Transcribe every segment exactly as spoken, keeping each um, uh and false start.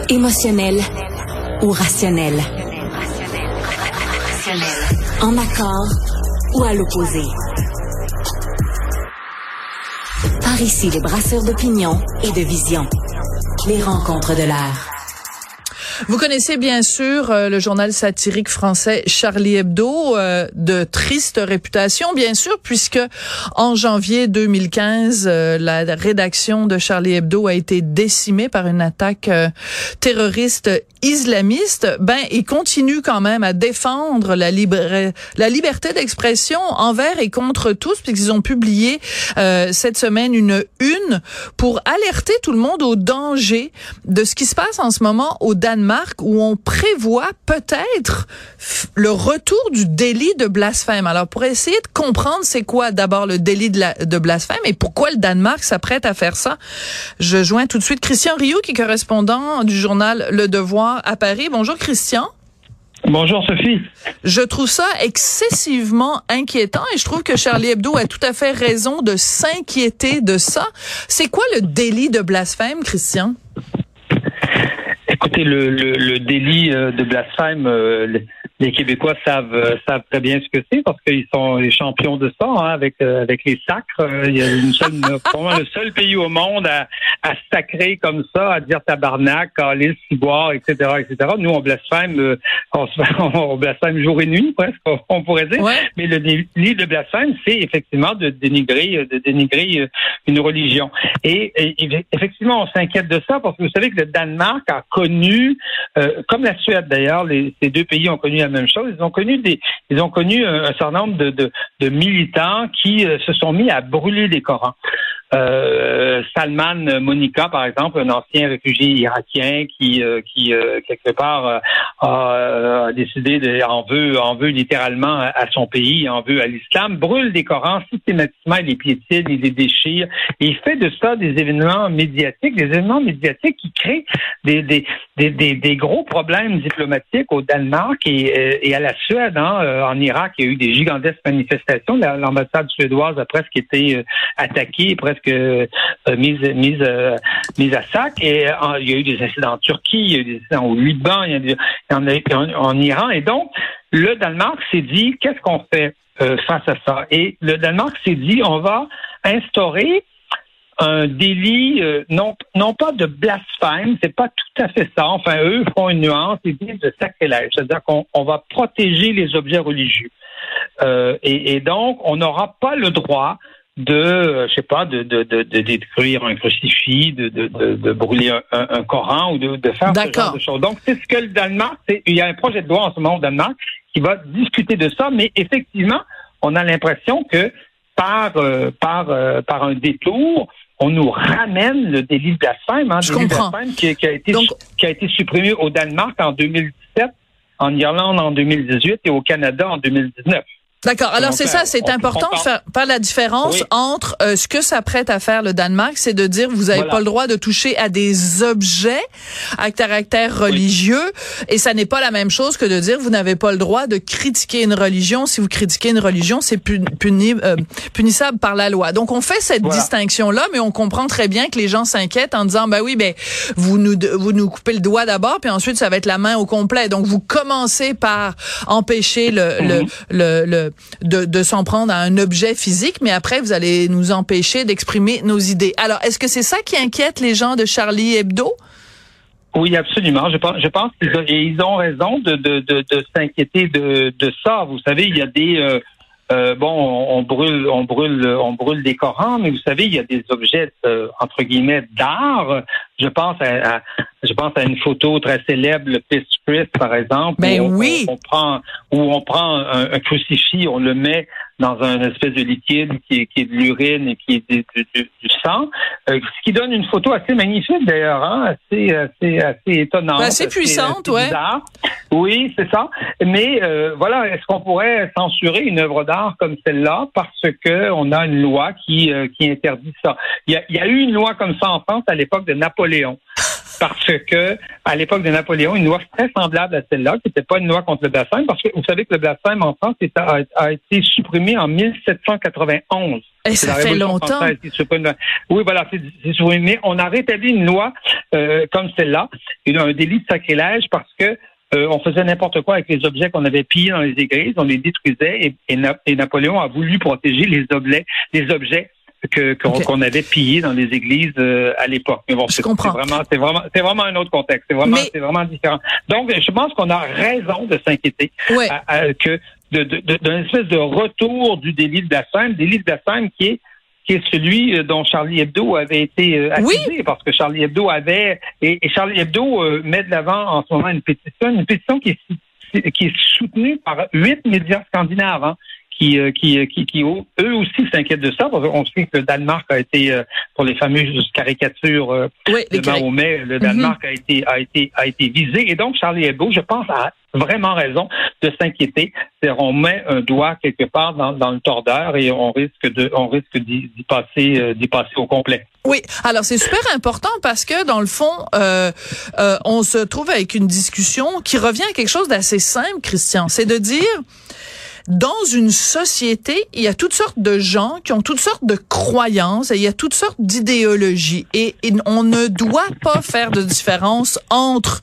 Émotionnel ou rationnel? En accord ou à l'opposé? Par ici, les brasseurs d'opinion et de vision. Les rencontres de l'air. Vous connaissez bien sûr euh, le journal satirique français Charlie Hebdo, euh, de triste réputation bien sûr, puisque en janvier deux mille quinze, euh, la rédaction de Charlie Hebdo a été décimée par une attaque euh, terroriste islamiste. Ben, ils continuent quand même à défendre la, libre, la liberté d'expression envers et contre tous, puisqu'ils ont publié euh, cette semaine une une pour alerter tout le monde au danger de ce qui se passe en ce moment au Danemark, où on prévoit peut-être le retour du délit de blasphème. Alors, pour essayer de comprendre c'est quoi d'abord le délit de, la, de blasphème et pourquoi le Danemark s'apprête à faire ça, je joins tout de suite Christian Rioux, qui est correspondant du journal Le Devoir à Paris. Bonjour Christian. Bonjour Sophie. Je trouve ça excessivement inquiétant et je trouve que Charlie Hebdo a tout à fait raison de s'inquiéter de ça. C'est quoi le délit de blasphème, Christian? Écoutez, le, le, le délit de blasphème, euh, les Québécois savent euh, savent très bien ce que c'est parce qu'ils sont les champions de ça, hein, avec euh, avec les sacres. Il y a une seule, probablement le seul pays au monde à, à sacrer comme ça, à dire tabarnak, calice, ciboire, et cetera, et cetera. Nous, on blasphème, euh, on, on blasphème jour et nuit, presque, on pourrait dire. Ouais. Mais le délit de blasphème, c'est effectivement de dénigrer, de dénigrer une religion. Et, et effectivement, on s'inquiète de ça parce que vous savez que le Danemark a connu, euh, comme la Suède d'ailleurs, les, ces deux pays ont connu la même chose. Ils ont connu des, ils ont connu un, un certain nombre de, de, de militants qui euh, se sont mis à brûler des Corans. Euh, Salman Monica, par exemple, un ancien réfugié irakien qui, euh, qui euh, quelque part euh, a, a décidé de, en veut, en veut littéralement à, à son pays, en veut à l'islam, brûle des Corans systématiquement, il les piétine, il les déchire, et il fait de ça des événements médiatiques, des événements médiatiques qui créent des, des, des, des, des gros problèmes diplomatiques au Danemark et, et à la Suède. Hein, en Irak, il y a eu des gigantesques manifestations. L'ambassade suédoise a presque été attaquée, presque Euh, mise mise euh, mise à sac, et euh, il y a eu des incidents en Turquie, il y a eu des incidents au Liban, il y, a des, il y en a eu en, en Iran, et donc le Danemark s'est dit qu'est-ce qu'on fait euh, face à ça, et le Danemark s'est dit on va instaurer un délit euh, non non pas de blasphème, c'est pas tout à fait ça, enfin eux font une nuance, ils disent de sacrilège, c'est-à-dire qu'on on va protéger les objets religieux, euh, et, et donc on n'aura pas le droit de, je sais pas, de, de, de, de détruire un crucifix, de, de, de, de brûler un, un, un Coran ou de, de faire D'accord. ce genre de choses. Donc, c'est ce que le Danemark, c'est, il y a un projet de loi en ce moment au Danemark qui va discuter de ça, mais effectivement, on a l'impression que par, euh, par, euh, par un détour, on nous ramène le délit de blasphème, hein, je délit comprends. de blasphème qui, qui a été, Donc, qui a été supprimé au Danemark en deux mille dix-sept, en Irlande en deux mille dix-huit et au Canada en deux mille dix-neuf. D'accord. Alors, c'est ça, c'est important de faire pas la différence oui. entre euh, ce que s'apprête à faire le Danemark, c'est de dire vous avez voilà. pas le droit de toucher à des objets à caractère religieux, oui. et ça n'est pas la même chose que de dire vous n'avez pas le droit de critiquer une religion. Si vous critiquez une religion, c'est puni, euh, punissable par la loi. Donc, on fait cette voilà. distinction-là, mais on comprend très bien que les gens s'inquiètent en disant ben oui, ben vous nous vous nous coupez le doigt d'abord, puis ensuite ça va être la main au complet. Donc, vous commencez par empêcher le mm-hmm. le, le, le de, de s'en prendre à un objet physique, mais après, vous allez nous empêcher d'exprimer nos idées. Alors, est-ce que c'est ça qui inquiète les gens de Charlie Hebdo? Oui, absolument. Je pense, je pense qu'ils ont, ils ont raison de, de, de, de s'inquiéter de, de ça. Vous savez, il y a des... Euh, euh, bon, on, on brûle, on brûle, on brûle des Corans, mais vous savez, il y a des objets euh, entre guillemets d'art. Je pense à, à, je pense à une photo très célèbre, le Peace Christ, par exemple. Ben où oui. On, on prend, où on prend un, un crucifix, on le met dans un espèce de liquide qui est, qui est de l'urine et qui est du, du, du sang, euh, ce qui donne une photo assez magnifique d'ailleurs, hein, assez, assez, assez étonnante, ben, assez puissante, assez, assez ouais. Oui, c'est ça. Mais euh, voilà, est-ce qu'on pourrait censurer une œuvre d'art comme celle-là parce que on a une loi qui euh, qui interdit ça? Il y a, il y a eu une loi comme ça en France à l'époque de Napoléon. Parce que, à l'époque de Napoléon, une loi très semblable à celle-là, qui n'était pas une loi contre le blasphème, parce que vous savez que le blasphème en France a, a été supprimé en mille sept cent quatre-vingt-onze. Et ça fait longtemps. Oui, voilà, c'est, c'est sur une, mais on a rétabli une loi euh, comme celle-là, un délit de sacrilège parce que euh, on faisait n'importe quoi avec les objets qu'on avait pillés dans les églises, on les détruisait et, et, Na- et Napoléon a voulu protéger les objets, les objets que qu'on, okay. qu'on avait pillés dans les églises euh, à l'époque. Mais bon, je c'est, comprends. c'est vraiment, c'est vraiment, c'est vraiment un autre contexte. C'est vraiment, mais... c'est vraiment différent. Donc, je pense qu'on a raison de s'inquiéter ouais. à, à, que de, de, de, d'une espèce de retour du délit de blasphème, délit de blasphème qui est qui est celui dont Charlie Hebdo avait été euh, accusé, oui. parce que Charlie Hebdo avait et, et Charlie Hebdo euh, met de l'avant en ce moment une pétition, une pétition qui est qui est soutenue par huit médias scandinaves, hein, qui, euh, qui qui qui eux aussi s'inquiètent de ça, parce qu'on sait que le Danemark a été euh, pour les fameuses caricatures euh, oui, de Mahomet, le Danemark mm-hmm. a été a été a été visé, et donc Charlie Hebdo, je pense, a vraiment raison de s'inquiéter. C'est-à-dire, on met un doigt quelque part dans, dans le tordeur et on risque de, on risque d'y, d'y passer, euh, d'y passer au complet. Oui, alors c'est super important parce que dans le fond, euh, euh, on se trouve avec une discussion qui revient à quelque chose d'assez simple, Christian. C'est de dire, dans une société, il y a toutes sortes de gens qui ont toutes sortes de croyances, et il y a toutes sortes d'idéologies, et, et on ne doit pas faire de différence entre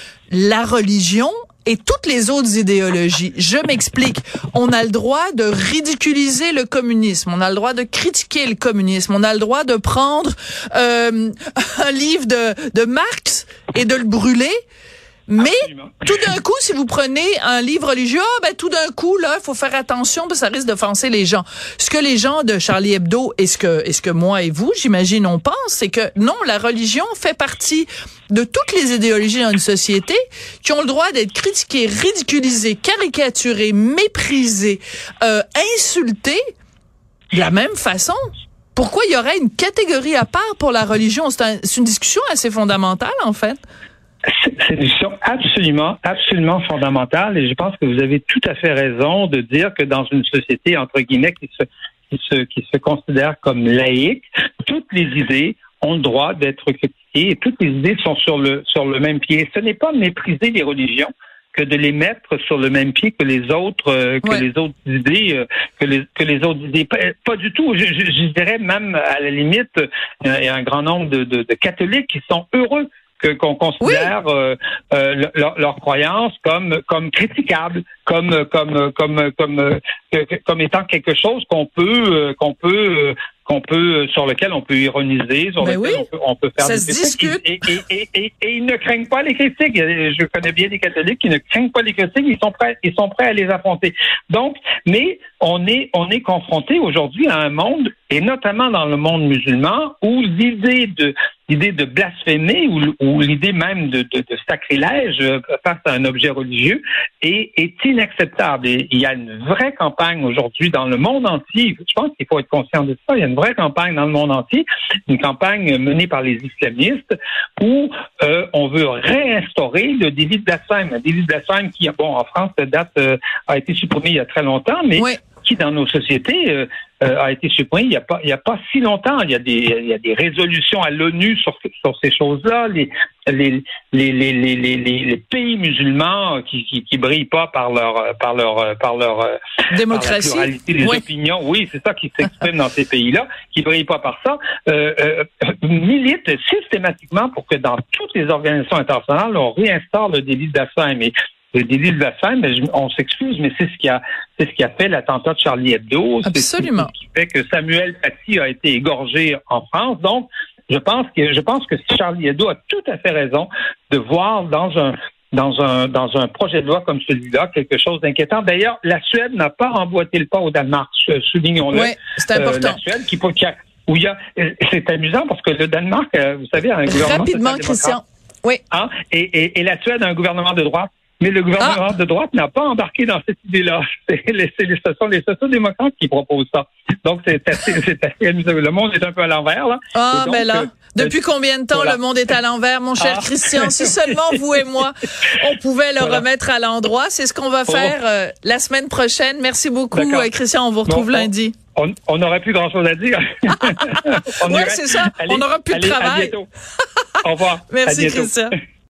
la religion et toutes les autres idéologies. Je m'explique. On a le droit de ridiculiser le communisme. On a le droit de critiquer le communisme. On a le droit de prendre euh, un livre de, de Marx et de le brûler. Mais Absolument. Tout d'un coup, si vous prenez un livre religieux, ah, ben tout d'un coup là, il faut faire attention parce que ça risque d'offenser les gens. Ce que les gens de Charlie Hebdo et ce que est-ce que moi et vous, j'imagine, on pense, c'est que non, la religion fait partie de toutes les idéologies dans une société qui ont le droit d'être critiquées, ridiculisées, caricaturées, méprisées, euh, insultées de la même façon. Pourquoi il y aurait une catégorie à part pour la religion? C'est, un, c'est une discussion assez fondamentale, en fait. C'est une discussion absolument, absolument fondamentale, et je pense que vous avez tout à fait raison de dire que dans une société, entre guillemets, qui se, qui se, qui se considère comme laïque, toutes les idées ont le droit d'être critiquées et toutes les idées sont sur le, sur le même pied. Ce n'est pas mépriser les religions que de les mettre sur le même pied que les autres, euh, que ouais. les autres idées, euh, que les que les autres idées. Pas, pas du tout. Je, je, je dirais même à la limite, il y a un grand nombre de, de, de catholiques qui sont heureux que qu'on considère oui. euh, euh, leur, leur croyance comme comme critiquable, comme comme comme comme euh, comme étant quelque chose qu'on peut euh, qu'on peut euh, qu'on peut sur lequel on peut ironiser, sur ben lequel oui. on peut on peut faire ça des se discute. Et, et, et, et, et ils ne craignent pas les critiques. Je connais bien des catholiques qui ne craignent pas les critiques. Ils sont prêts ils sont prêts à les affronter. Donc, mais on est on est confronté aujourd'hui à un monde, et notamment dans le monde musulman, où l'idée de l'idée de blasphémer ou, ou l'idée même de, de, de sacrilège face à un objet religieux est, est inacceptable. Et il y a une vraie campagne aujourd'hui dans le monde entier. Je pense qu'il faut être conscient de ça. Il y a une vraie campagne dans le monde entier, une campagne menée par les islamistes où euh, on veut réinstaurer le délit de blasphème. Un délit de blasphème qui, bon, en France, cette date euh, a été supprimée il y a très longtemps, mais oui. qui dans nos sociétés euh, euh, a été supprimé il y a pas il y a pas si longtemps. Il y a des il y a des résolutions à l'ONU sur sur ces choses-là. Les les les les les les, les pays musulmans qui, qui qui brillent pas par leur par leur par leur démocratie, par la pluralité des oui. opinions. Oui, c'est ça qui s'exprime dans ces pays-là, qui brillent pas par ça. Euh, euh, militent systématiquement pour que dans toutes les organisations internationales on réinstaure le délit de blasphème. Et le délit de blasphème, on s'excuse, mais c'est ce qui a, c'est ce qui a fait l'attentat de Charlie Hebdo. Absolument. C'est ce qui fait que Samuel Paty a été égorgé en France. Donc, je pense que, je pense que Charlie Hebdo a tout à fait raison de voir dans un, dans un, dans un projet de loi comme celui-là quelque chose d'inquiétant. D'ailleurs, la Suède n'a pas emboîté le pas au Danemark, soulignons-le. Oui, c'est important. Euh, la Suède qui, qui a, où il y a, c'est amusant parce que le Danemark, vous savez, a un gouvernement rapidement, Christian. Oui. Hein, et, et, et la Suède a un gouvernement de droite. Mais le gouvernement ah. de droite n'a pas embarqué dans cette idée-là. C'est les, c'est les, ce sont les sociodémocrates qui proposent ça. Donc, c'est assez, c'est assez amusant. Le monde est un peu à l'envers, là. Ah, donc, mais là, euh, depuis combien de temps voilà. le monde est à l'envers, mon cher ah. Christian? Si seulement vous et moi, on pouvait le voilà. remettre à l'endroit. C'est ce qu'on va faire oh. euh, la semaine prochaine. Merci beaucoup, euh, Christian. On vous retrouve bon, lundi. On n'aurait plus grand-chose à dire. Oui, c'est ça. Allez, on n'aura plus allez, de travail. À bientôt. Au revoir. Merci, Christian.